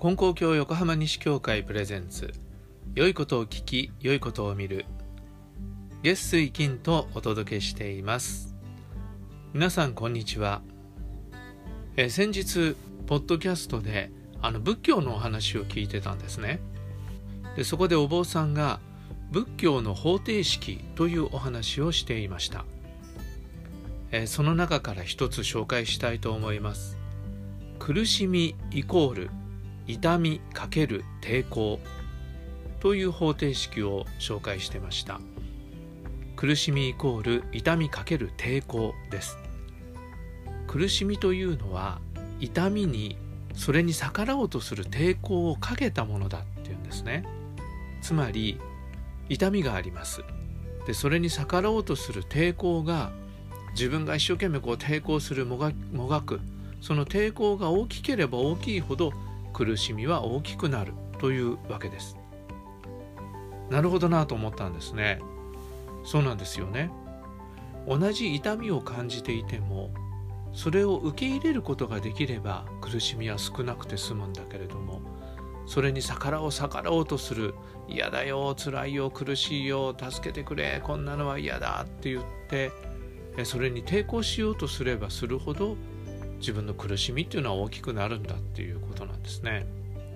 金光教横浜西教会プレゼンツ、良いことを聞き良いことを見る、月水金とお届けしています。皆さんこんにちは。先日ポッドキャストで仏教のお話を聞いてたんですね。でそこでお坊さんが仏教の方程式というお話をしていました。その中から一つ紹介したいと思います。苦しみイコール痛み×抵抗という方程式を紹介してました。苦しみイコール痛み×抵抗です。苦しみというのは痛みにそれに逆らおうとする抵抗をかけたものだっていうんですね。つまり痛みがあります。でそれに逆らおうとする抵抗が、自分が一生懸命抵抗するもがく、その抵抗が大きければ大きいほど苦しみは大きくなるというわけです。なるほどなと思ったんですね。そうなんですよね。同じ痛みを感じていても、それを受け入れることができれば苦しみは少なくて済むんだけれども、それに逆らおうとする、嫌だよ、辛いよ、苦しいよ、助けてくれ、こんなのは嫌だって言って、それに抵抗しようとすればするほど自分の苦しみっていうのは大きくなるんだっていうことなんですね。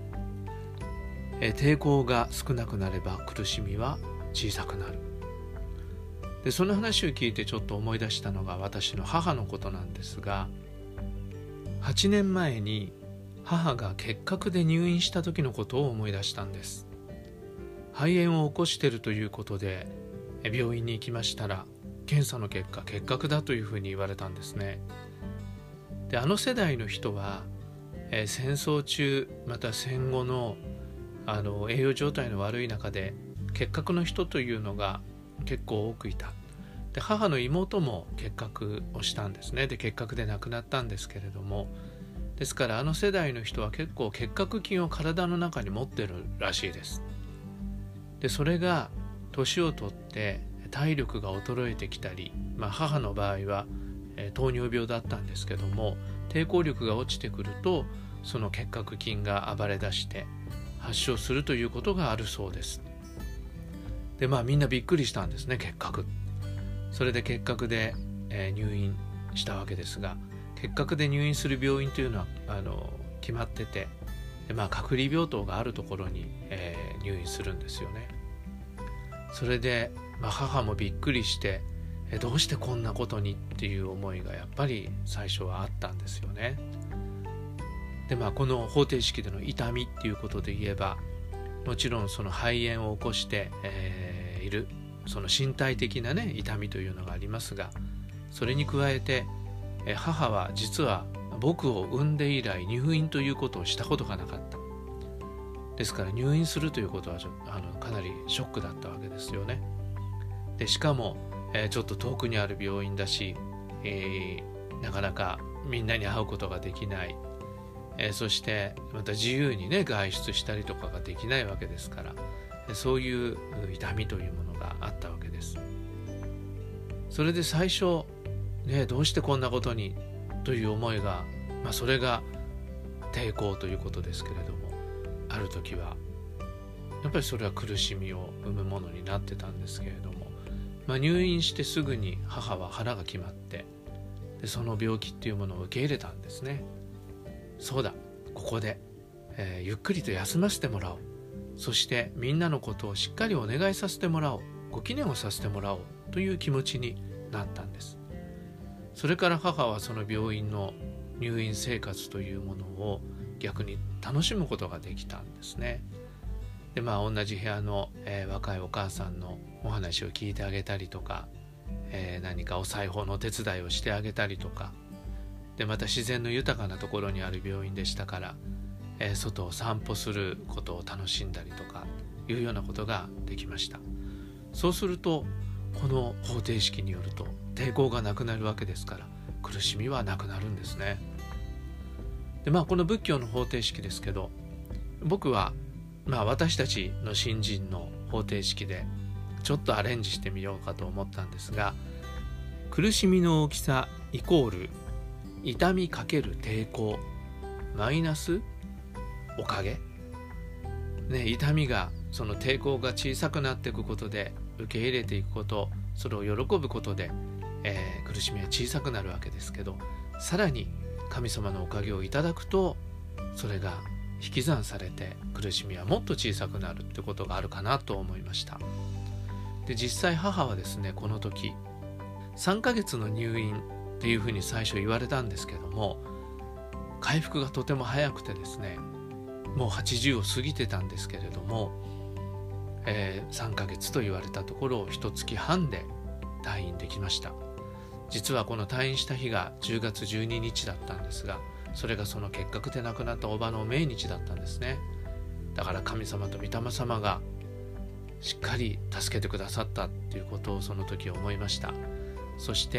抵抗が少なくなれば苦しみは小さくなる。でその話を聞いてちょっと思い出したのが私の母のことなんですが、8年前に母が結核で入院した時のことを思い出したんです。肺炎を起こしているということで病院に行きましたら、検査の結果結核だというふうに言われたんですね。で世代の人は、戦争中また戦後の栄養状態の悪い中で結核の人というのが結構多くいた。で母の妹も結核をしたんですね。で結核で亡くなったんですけれども、ですから世代の人は結構結核菌を体の中に持ってるらしいです。でそれが年を取って体力が衰えてきたり、母の場合は糖尿病だったんですけども、抵抗力が落ちてくるとその結核菌が暴れ出して発症するということがあるそうです。でみんなびっくりしたんですね、結核。それで結核で、入院したわけですが、結核で入院する病院というのは決まってて、隔離病棟があるところに、入院するんですよね。それで、母もびっくりして、どうしてこんなことにっていう思いがやっぱり最初はあったんですよね。でこの方程式での痛みっていうことで言えば、もちろんその肺炎を起こして、いるその身体的な痛みというのがありますが、それに加えて、母は実は僕を産んで以来入院ということをしたことがなかった。ですから入院するということはかなりショックだったわけですよね。でしかも、ちょっと遠くにある病院だし、なかなかみんなに会うことができない、そしてまた自由に外出したりとかができないわけですから、そういう痛みというものがあったわけです。それで最初、どうしてこんなことにという思いが、それが抵抗ということですけれども、ある時はやっぱりそれは苦しみを生むものになってたんですけれども、入院してすぐに母は腹が決まって、でその病気っていうものを受け入れたんですね。そうだ、ここで、ゆっくりと休ませてもらおう、そしてみんなのことをしっかりお願いさせてもらおう、ご祈念をさせてもらおうという気持ちになったんです。それから母はその病院の入院生活というものを逆に楽しむことができたんですね。で同じ部屋の、若いお母さんのお話を聞いてあげたりとか、何かお裁縫のお手伝いをしてあげたりとかで、また自然の豊かなところにある病院でしたから、外を散歩することを楽しんだりとかいうようなことができました。そうするとこの方程式によると抵抗がなくなるわけですから、苦しみはなくなるんですね。でこの仏教の方程式ですけど、僕は私たちの新人の方程式でちょっとアレンジしてみようかと思ったんですが、苦しみの大きさイコール痛み×抵抗マイナスおかげ、痛みがその抵抗が小さくなっていくことで受け入れていくこと、それを喜ぶことで、苦しみは小さくなるわけですけど、さらに神様のおかげをいただくとそれが引き算されて苦しみはもっと小さくなるってことがあるかなと思いました。で、実際母はですね、この時3ヶ月の入院っていうふうに最初言われたんですけども、回復がとても早くてですね、もう80を過ぎてたんですけれども、3ヶ月と言われたところを1月半で退院できました。実はこの退院した日が10月12日だったんですが、それがその結核で亡くなったおばの命日だったんですね。だから神様と御霊様がしっかり助けてくださったっていうことをその時思いました。そして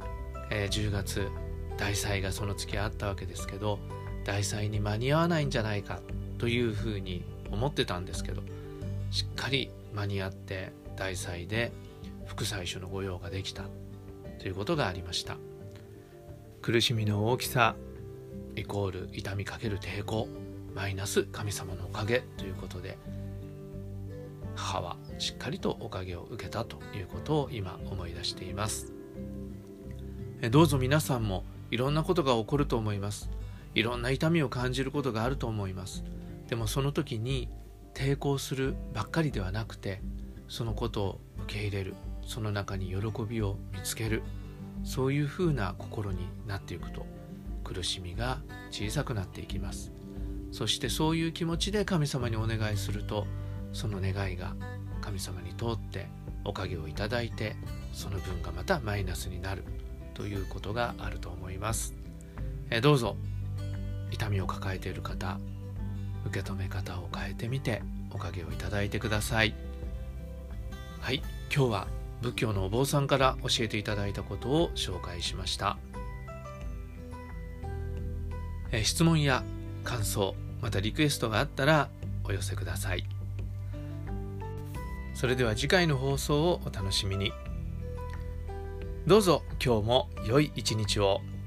、10月大祭がその月あったわけですけど、大祭に間に合わないんじゃないかというふうに思ってたんですけど、しっかり間に合って大祭で副祭主の御用ができたということがありました。苦しみの大きさイコール痛みかける抵抗マイナス神様のおかげということで、母はしっかりとおかげを受けたということを今思い出しています。どうぞ皆さんもいろんなことが起こると思います。いろんな痛みを感じることがあると思います。でもその時に抵抗するばっかりではなくて、そのことを受け入れる、その中に喜びを見つける、そういうふうな心になっていくと苦しみが小さくなっていきます。そしてそういう気持ちで神様にお願いすると、その願いが神様に通っておかげをいただいて、その分がまたマイナスになるということがあると思います。どうぞ痛みを抱えている方、受け止め方を変えてみておかげをいただいてください。はい、今日は仏教のお坊さんから教えていただいたことを紹介しました。質問や感想、またリクエストがあったらお寄せください。それでは次回の放送をお楽しみに。どうぞ今日も良い一日を。